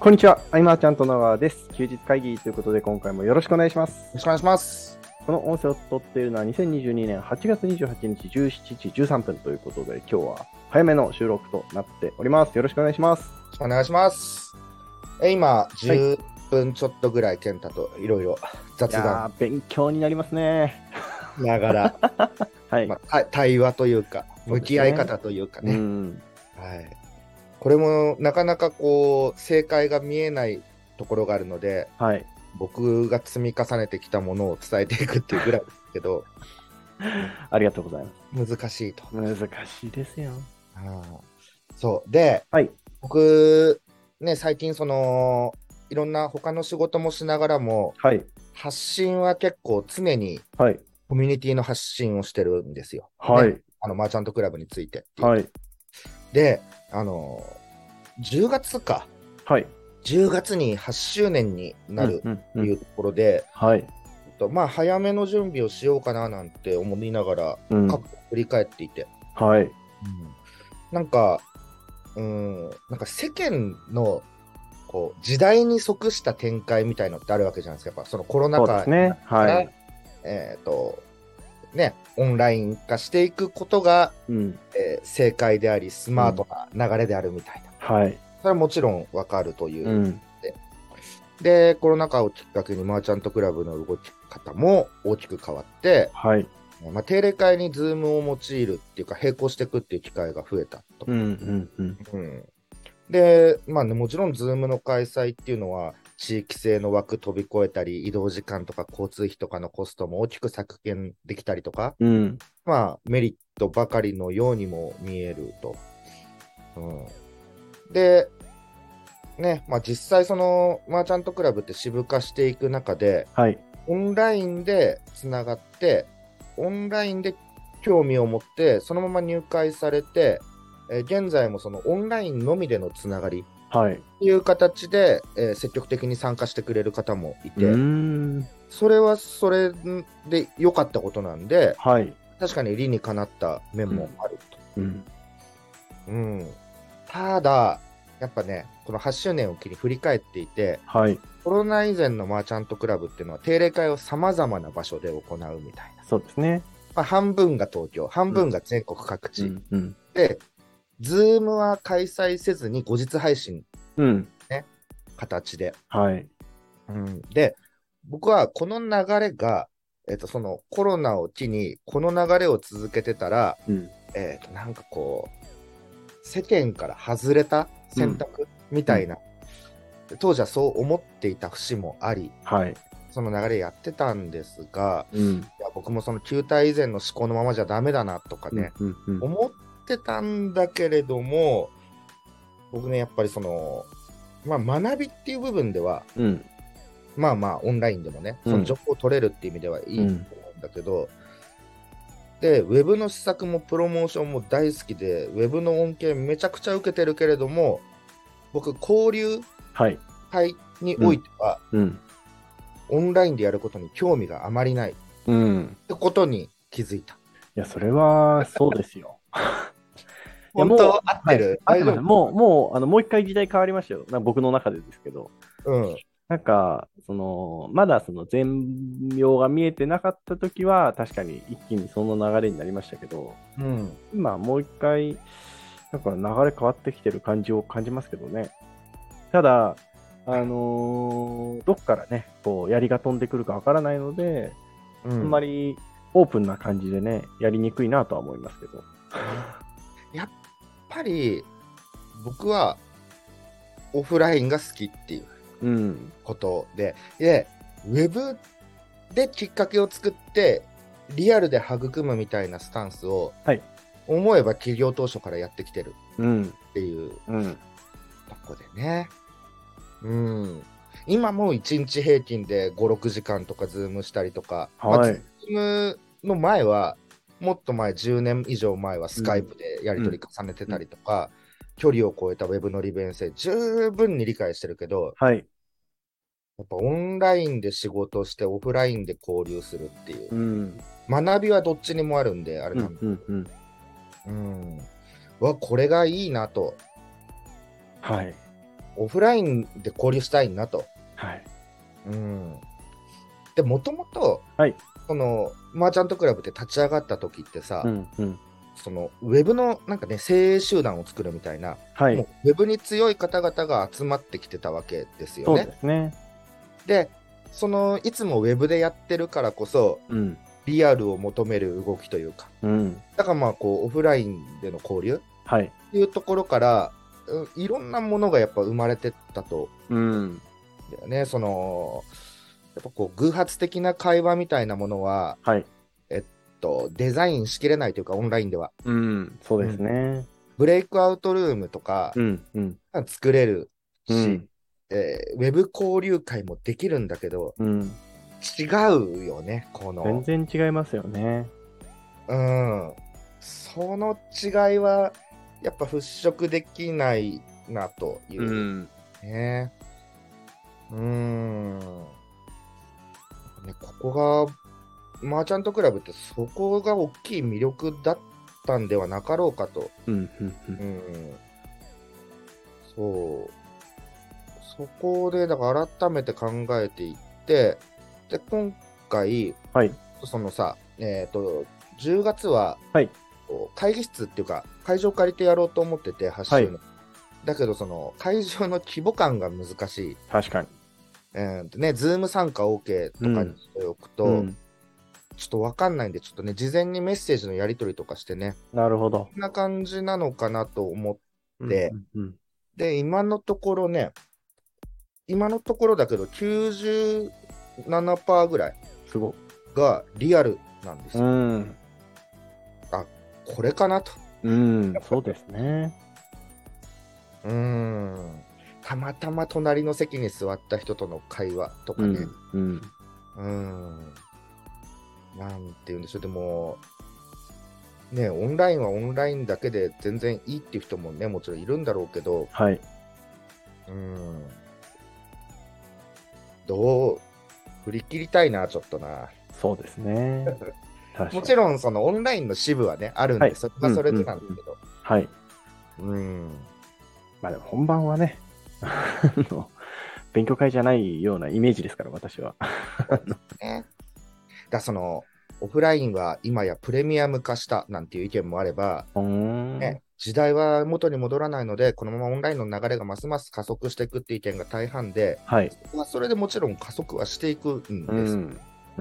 こんにちは、アイマーちゃんと野川です。休日会議ということで、今回もよろしくお願いします。 よろしくお願いします。 この音声を撮っているのは2022年8月28日17時13分ということで、今日は早めの収録となっております。よろしくお願いします。 よろしくお願いします。今、10分ちょっとぐらい健太といろいろ雑談勉強になりますね。 ながら、 はい、 対話というか、向き合い方というかね。はい。これもなかなかこう、正解が見えないところがあるので、 はい、 僕が積み重ねてきたものを伝えていくっていうぐらいですけど、 ありがとうございます。 難しいと。 難しいですよ。 そう。で、 はい、 僕、ね、最近いろんな他の仕事もしながらも、 はい、 発信は結構常にはい、 コミュニティの発信をしてるんですよ。 はい、 ね、マーチャントクラブについてっていう。 はい、 で、10月か。 はい、 10月に8周年になるというところで、 はい、 まあ、早めの準備をしようかななんて思いながら、過去を振り返っていて。 はい。 なんか世間のこう時代に即した展開みたいのってあるわけじゃないですか。やっぱそのコロナ禍から、 はい、 オンライン化していくことが、正解であり、スマートな流れであるみたいな。 はい。 それはもちろんわかるという、で、コロナ禍をきっかけにマーチャントクラブの動き方も大きく変わって、 はい。 定例会にズームを用いるっていうか、並行していくっていう機会が増えたと。で、まあね、もちろんズームの開催っていうのは、地域性の枠飛び越えたり、移動時間とか交通費とかのコストも大きく削減できたりとか、まあメリットばかりのようにも見えると。で、ね、まあ実際マーチャントクラブって支部化していく中で、オンラインでつながって、オンラインで興味を持って、そのまま入会されて、現在もオンラインのみでのつながりという形で、積極的に参加してくれる方もいて、それはそれで良かったことなんで、確かに理にかなった面もあると。ただ、やっぱね、この8周年を機に振り返っていて、コロナ以前のマーチャントクラブっていうのは定例会をさまざまな場所で行うみたいな。 そうですね。 まあ、半分が東京、半分が全国各地。で、ズームは開催せずに後日配信、形で。で、僕はこの流れが、そのコロナを機にこの流れを続けてたら、なんかこう、世間から外れた選択みたいな、当時はそう思っていた節もあり、その流れやってたんですが、いや僕もその旧体以前の思考のままじゃダメだなとかね、思ってたんだけれども、僕ね、やっぱりまあ、学びっていう部分では、まあまあオンラインでもね、その情報を取れるっていう意味ではいいと思うんだけど、で、ウェブの施策もプロモーションも大好きで、ウェブの恩恵めちゃくちゃ受けてるけれども、僕、交流会においては、オンラインでやることに興味があまりないってことに気づいた。いや、それはそうですよ。 本当合ってる？ もう一回時代変わりましたよ。僕の中でですけど。なんか、まだ全容が見えてなかったときは、確かに一気にその流れになりましたけど、今もう一回、なんか流れ変わってきてる感じを感じますけどね。ただ、どっからね、こう、槍が飛んでくるかわからないので、あんまりオープンな感じでね、やりにくいなとは思いますけど。 やっぱり、僕は、オフラインが好きっていうことで、ウェブできっかけを作って、リアルで育むみたいなスタンスを、思えば企業当初からやってきてるっていうとこでね。今も1日平均で5、6時間とかズームしたりとか、ズームの前は、もっと前、10年以上前はスカイプでやり取り重ねてたりとか、距離を超えたウェブの利便性、十分に理解してるけど、やっぱオンラインで仕事をしてオフラインで交流するっていう、学びはどっちにもあるんで、あれなんだけど、これがいいなとオフラインで交流したいなと。 はい。 で、もともと、その、マーチャントクラブって立ち上がった時ってさ、そのウェブのなんかね、精鋭集団を作るみたいな、もうウェブに強い方々が集まってきてたわけですよね。 そうですね。 で、そのいつもウェブでやってるからこそ、リアルを求める動きというか、だからまあこうオフラインでの交流っていうところから、いろんなものがやっぱ生まれてったと。だよね、そのやっぱこう偶発的な会話みたいなものは、デザインしきれないというか、オンラインでは。 そうですね。 ブレイクアウトルームとか、作れるし、ウェブ交流会もできるんだけど、違うよね、この。 全然違いますよね。 その違いは、やっぱ払拭できないなという。ね。ここが、マーチャントクラブってそこが大きい魅力だったんではなかろうかと。そう。そこで、だから改めて考えていって、で、今回、そのさ、10月は、会議室っていうか、会場借りてやろうと思ってて、8周年。だけど、その、会場の規模感が難しい。 確かに。 ね、ズーム参加 OK とかにしておくと、ちょっとわかんないんで、ちょっとね、事前にメッセージのやり取りとかしてね。 なるほど。 こんな感じなのかなと思って、で、今のところね、今のところだけど、97% ぐらいがリアルなんですよ。あ、これかなと。 そうですね。 たまたま隣の席に座った人との会話とかね。なんて言うんでしょう、でも、ね、オンラインはオンラインだけで全然いいっていう人もね、もちろんいるんだろうけど、どう振り切りたいな、ちょっとな。 そうですね。 もちろん、そのオンラインの支部はね、あるんで、それはそれでなんですけど。 まあでも本番はね、勉強会じゃないようなイメージですから、私は。 そのオフラインは今やプレミアム化したなんていう意見もあれば、時代は元に戻らないので、このままオンラインの流れがますます加速していくっていう意見が大半で、それはそれでもちろん加速はしていくんです。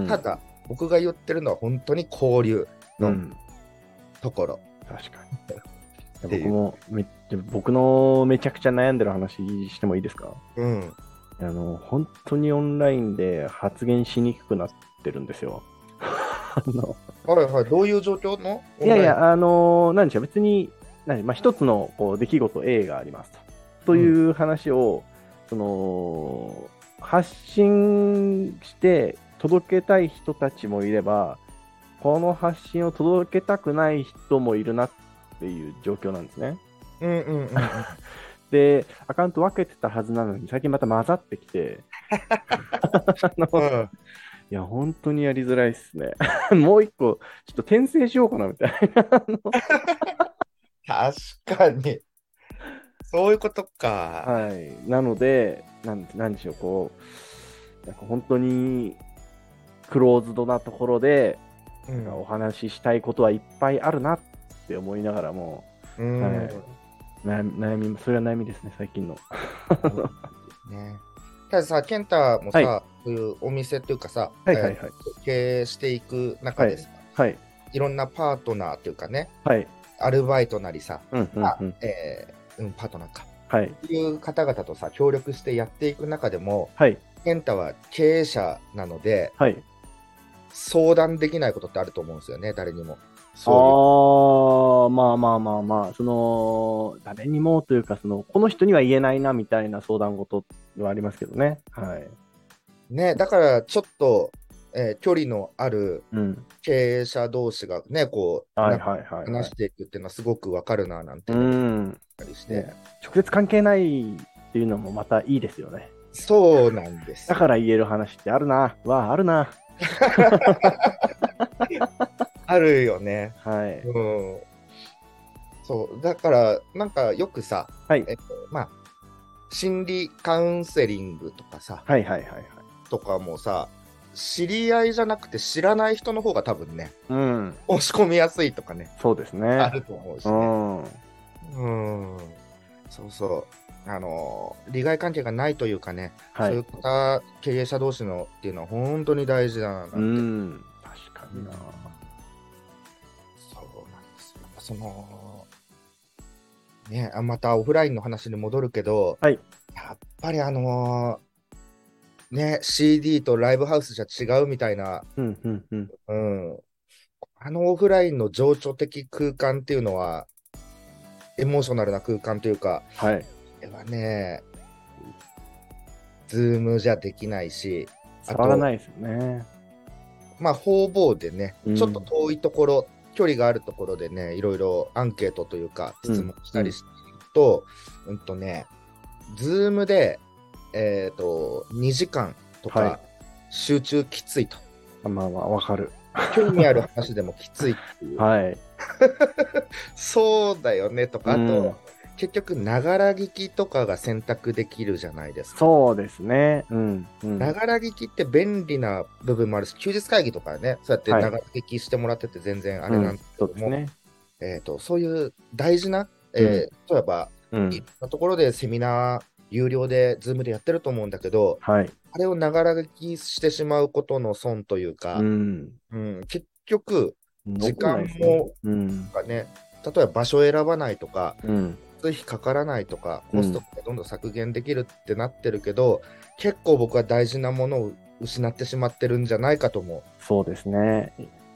ただ、僕が言ってるのは本当に交流のところ。 確かに。僕のめちゃくちゃ悩んでる話してもいいですか？本当にオンラインで発言しにくくなってるんですよ。 どういう状況の？ いやいや、何でしょう、別に、一つの出来事 A がありますという話を、発信して届けたい人たちもいれば、この発信を届けたくない人もいるなっていう状況なんですね。で、アカウント分けてたはずなのに、最近また混ざってきて、いや、本当にやりづらいっすね。もう一個、ちょっと転生しようかなみたいな。 確かに。そういうことか。 なので、なんでしょう、なんか本当にクローズドなところで、お話ししたいことはいっぱいあるなって思いながらも、悩み、それは悩みですね、最近の。 たださ、健太もさ、そういうお店というかさ、経営していく中でさ、いろんなパートナーというかね、アルバイトなりさ、パートナーか、いう方々とさ、協力してやっていく中でも、健太は経営者なので、相談できないことってあると思うんですよね、誰にも。 誰にもというか、この人には言えないなみたいな相談事はありますけどね。 だからちょっと、距離のある経営者同士がね、話していくっていうのはすごくわかるななんてったりして、 直接関係ないっていうのもまたいいですよね。 そうなんです。 だから言える話ってあるな。あるな。 あるよね。そうだからなんかよくさ、 心理カウンセリングとかさ、 はいはいはいはい。 とかもさ、知り合いじゃなくて知らない人の方が多分ね、 うん。 申し込みやすいとかね、 そうですね。 あると思うしね。そうそう。利害関係がないというかね、 はい、 そういう方、経営者同士のっていうのは本当に大事だなって。 確かにな。 そうなんですよ。その、ね、またオフラインの話に戻るけど、 はい、 やっぱりね、CD とライブハウスじゃ違うみたいな、オフラインの情緒的空間っていうのは、エモーショナルな空間というか、 はい。 これはね、ズームじゃできないし、 触らないですよね。 まあ、方々でね、ちょっと遠いところ、距離があるところでね、いろいろアンケートというか、質問したりすると、ズームで、2時間とか、集中きついと。 まあまあ、わかる。 興味ある話でもきついっていう。 はい。 そうだよねとか、あと、結局、ながら聞きとかが選択できるじゃないですか。 そうですね。 ながら聞きって便利な部分もあるし、休日会議とかね、そうやってながら聞きしてもらってて全然あれなんですけども、そういう大事な、例えば、いろんなところでセミナー、有料で、ズームでやってると思うんだけど、あれをながら聞きしてしまうことの損というか、結局、時間も、ね、例えば場所を選ばないとか、費かからないとか、コストがどんどん削減できるってなってるけど、結構僕は大事なものを失ってしまってるんじゃないかと思う。 そうですね。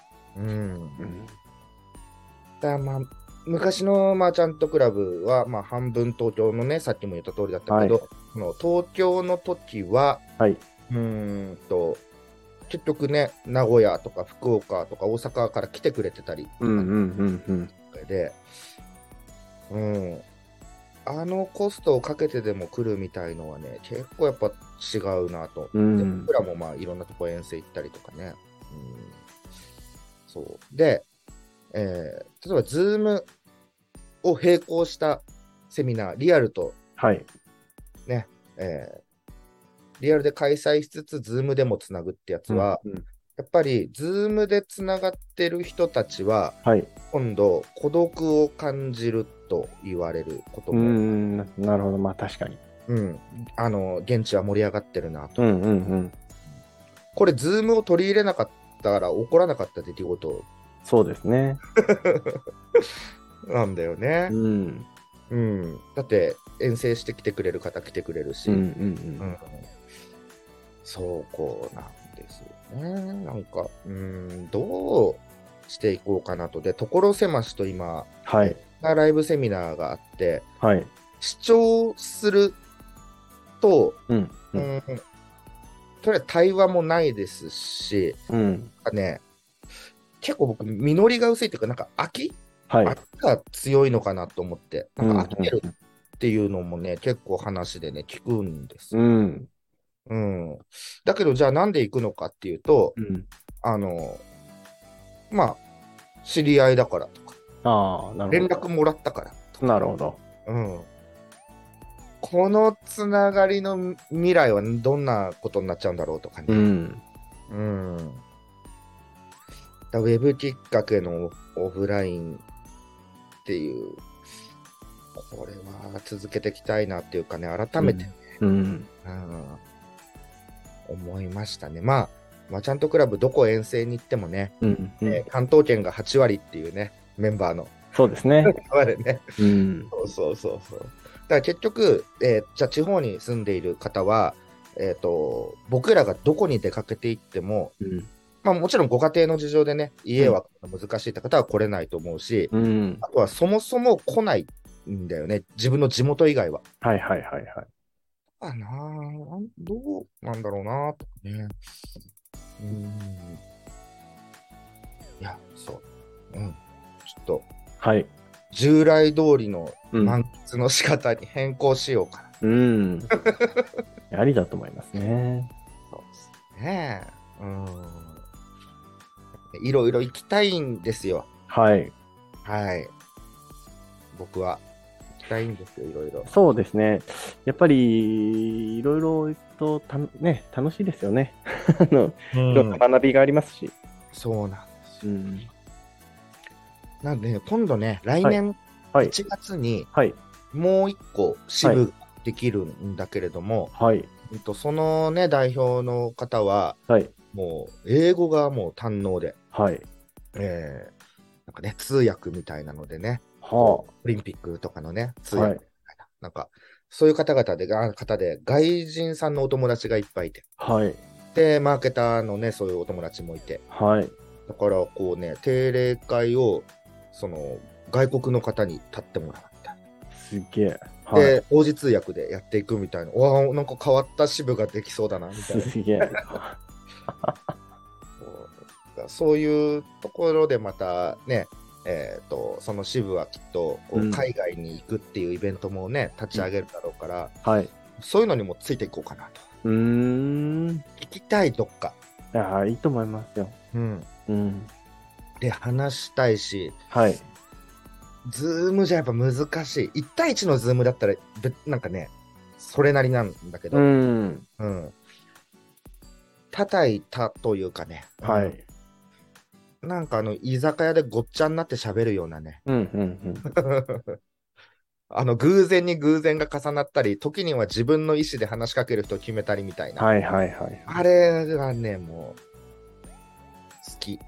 だからまあ、昔のマーチャントクラブは、まあ、半分東京のね、さっきも言った通りだったけど、東京の時は、結局ね、名古屋とか福岡とか大阪から来てくれてたりで、コストをかけてでも来るみたいのはね、結構やっぱ違うなと。で僕らもまあいろんなとこ遠征行ったりとかね。そう。で、例えば、ズームを並行したセミナー、リアルと、ね、リアルで開催しつつ、ズームでもつなぐってやつは、やっぱり、ズームでつながってる人たちは、今度、孤独を感じると言われることも。 なるほど、まあ確かに。 現地は盛り上がってるなと。これ、ズームを取り入れなかったら起こらなかった出来事。 そうですね。 なんだよね。だって、遠征してきてくれる方来てくれるし。そう、こうなんですよね。なんか、どうしていこうかなと。で、所狭しと今、ライブセミナーがあって、視聴すると、とりあえず対話もないですし、結構僕、実りが薄いというか、なんか飽きが強いのかなと思って、なんか飽きてるっていうのもね、結構話でね、聞くんですよ。だけど、じゃあなんで行くのかっていうと、まあ、知り合いだからとか、連絡もらったからとか。 なるほど。 このつながりの未来はどんなことになっちゃうんだろうとかね。ウェブきっかけのオフラインっていう、これは続けていきたいなっていうかね、改めて、思いましたね。まあ、マーチャントクラブどこ遠征に行ってもね、関東圏が8割っていうね、メンバーの。 そうですね。 そう。だから結局、じゃあ地方に住んでいる方は、僕らがどこに出かけていっても、まあ、もちろんご家庭の事情でね、家は難しいって方は来れないと思うし、あとはそもそも来ないんだよね、自分の地元以外は。どうなんだろうなとかね。いや、そう。ちょっと、従来通りの満喫の仕方に変更しようかな。ありだと思いますね。 そうですね。いろいろ行きたいんですよ。僕は。行きたいんですよ、いろいろ。 そうですね。やっぱり、いろいろとね、楽しいですよね。いろんな学びがありますし。 そうなんですよ。なんで、ね、今度ね、来年1月に、もう一個支部ができるんだけれども、そのね、代表の方は、もう、英語がもう堪能で、なんかね、通訳みたいなのでね、オリンピックとかのね、通訳みたいな、なんか、そういう方で、外人さんのお友達がいっぱいいて、で、マーケターのね、そういうお友達もいて、だから、こうね、定例会を、外国の方に立ってもらうみたいな。 すげえ。 で、同時通訳でやっていくみたいな。わあ、なんか変わった支部ができそうだな、みたいな。 すげえ。 そういうところでまたね、その支部はきっとこう海外に行くっていうイベントもね、立ち上げるだろうから、そういうのにもついていこうかなと。行きたい、どっか。 いいと思いますよ。 で、話したいし、ズームじゃやっぱ難しい。1対1のズームだったら、なんかね、それなりなんだけど、叩いたというかね、なんか居酒屋でごっちゃになって喋るようなね、偶然に偶然が重なったり、時には自分の意思で話しかける人を決めたりみたいな。あれはね、もう、好き。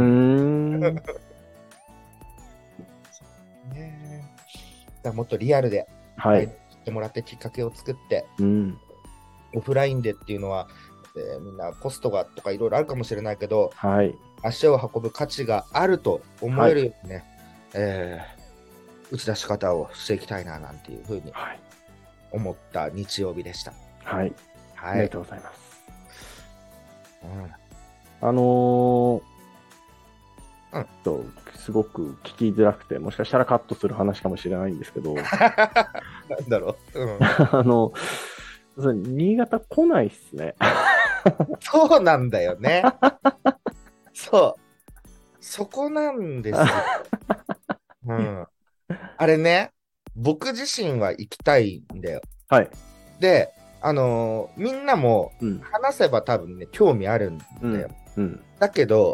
もっとリアルで、ってもらってきっかけを作って、オフラインでっていうのは、みんなコストがとかいろいろあるかもしれないけど、足を運ぶ価値があると思えるようにね、打ち出し方をしていきたいななんていうふうに思った日曜日でした。 ありがとうございます。すごく聞きづらくて、もしかしたらカットする話かもしれないんですけど、なんだろう、新潟来ないっすね。 そうなんだよね。そこなんですよ。あれね、僕自身は行きたいんだよ。で、みんなも話せば多分ね、興味あるんだよ。だけど、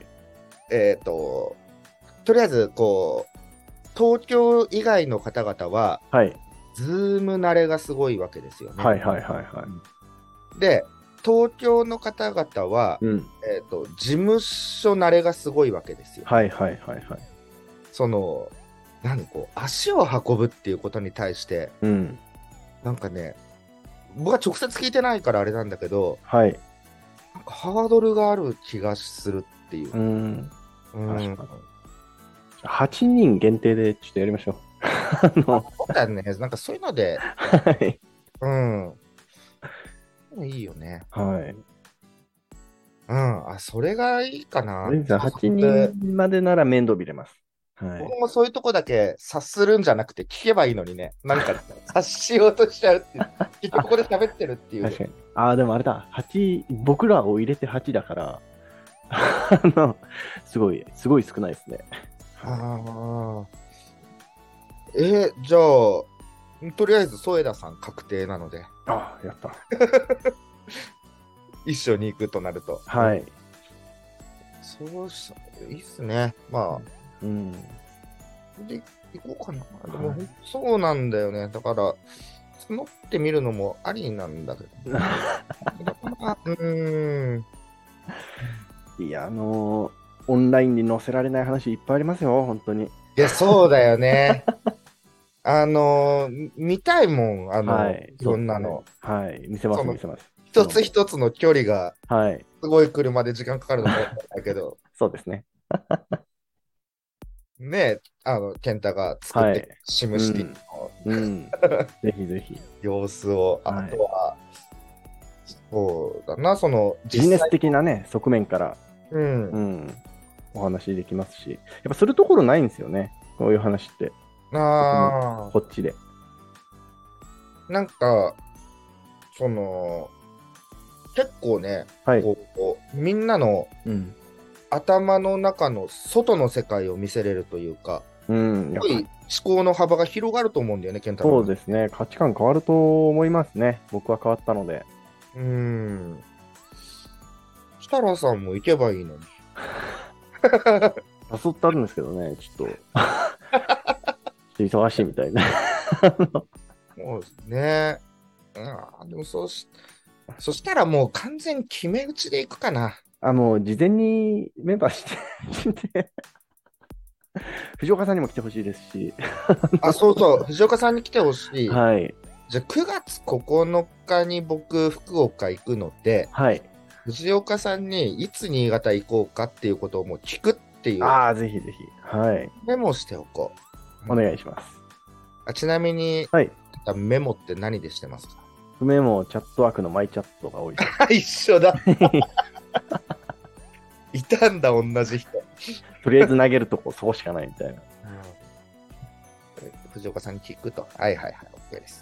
とりあえず、こう、東京以外の方々は、ズーム慣れがすごいわけですよね。で、東京の方々は、事務所慣れがすごいわけですよ。足を運ぶっていうことに対して、なんかね、僕は直接聞いてないからあれなんだけど、なんかハードルがある気がするっていう。 8人限定でちょっとやりましょう。 そうだね、なんかそういうので、いいよね。それがいいかな。 8人までなら面倒見れます。 僕もそういうとこだけ察するんじゃなくて聞けばいいのにね、なんか察しようとしちゃうっていう、結局ここで喋ってるっていう。 確かに。でもあれだ、僕らを入れて8だから、すごい少ないですね。 じゃあ、とりあえず添田さん確定なので。 やった。 一緒に行くとなると。いいっすね。で、行こうかな。でも、そうなんだよね。だから、募ってみるのもありなんだけど。 いや、オンラインに載せられない話いっぱいありますよ、本当に。 いや、そうだよね。見たいもん、いろんなの。 見せます。 一つ一つの距離が、すごい車で時間かかるのもだけど。 そうですね。 ね健太が作ってシムシティの、ぜひぜひ様子を、あとは、そうだな、 ビジネス的なね、側面から、お話できますし、やっぱするところないんですよね、こういう話って。こっちで。 なんか、結構ね、みんなの、頭の中の外の世界を見せれるというか、すごい考の幅が広がると思うんだよね、健太郎。 そうですね。価値観変わると思いますね。僕は変わったので。 設楽さんも行けばいいのに。 誘ってあるんですけどね、ちょっと忙しいみたいな。 そうですね。でもそしたらもう完全決め打ちでいくかな。 もう事前にメンバーして藤岡さんにも来てほしいですし。 そうそう、藤岡さんに来てほしい。 はい。 じゃあ9月9日に僕、福岡行くので、 はい。 藤岡さんにいつ新潟行こうかっていうことをもう聞くっていう。 ぜひぜひ。はい。 メモしておこう。お願いします。 ちなみに、 はい。 メモって何でしてますか？ メモ、チャットワークのマイチャットが多いです。 一緒だ。いたんだ、同じ人。 とりあえず投げるとこ、そこしかないみたいな。 藤岡さんに聞くと。はい、OK です。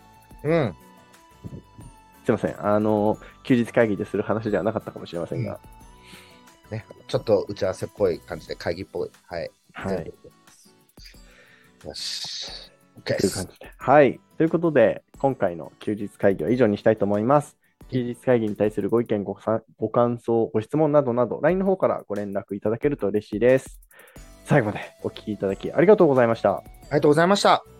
すいません。休日会議でする話ではなかったかもしれませんが。 ね、ちょっと打ち合わせっぽい感じで、会議っぽい。はい。 はい。 よし。 OK です。という感じで。はい。ということで、今回の休日会議は以上にしたいと思います。休日会議に対するご意見、ご感想、ご質問などなど、LINE の方からご連絡いただけると嬉しいです。最後までお聞きいただきありがとうございました。 ありがとうございました。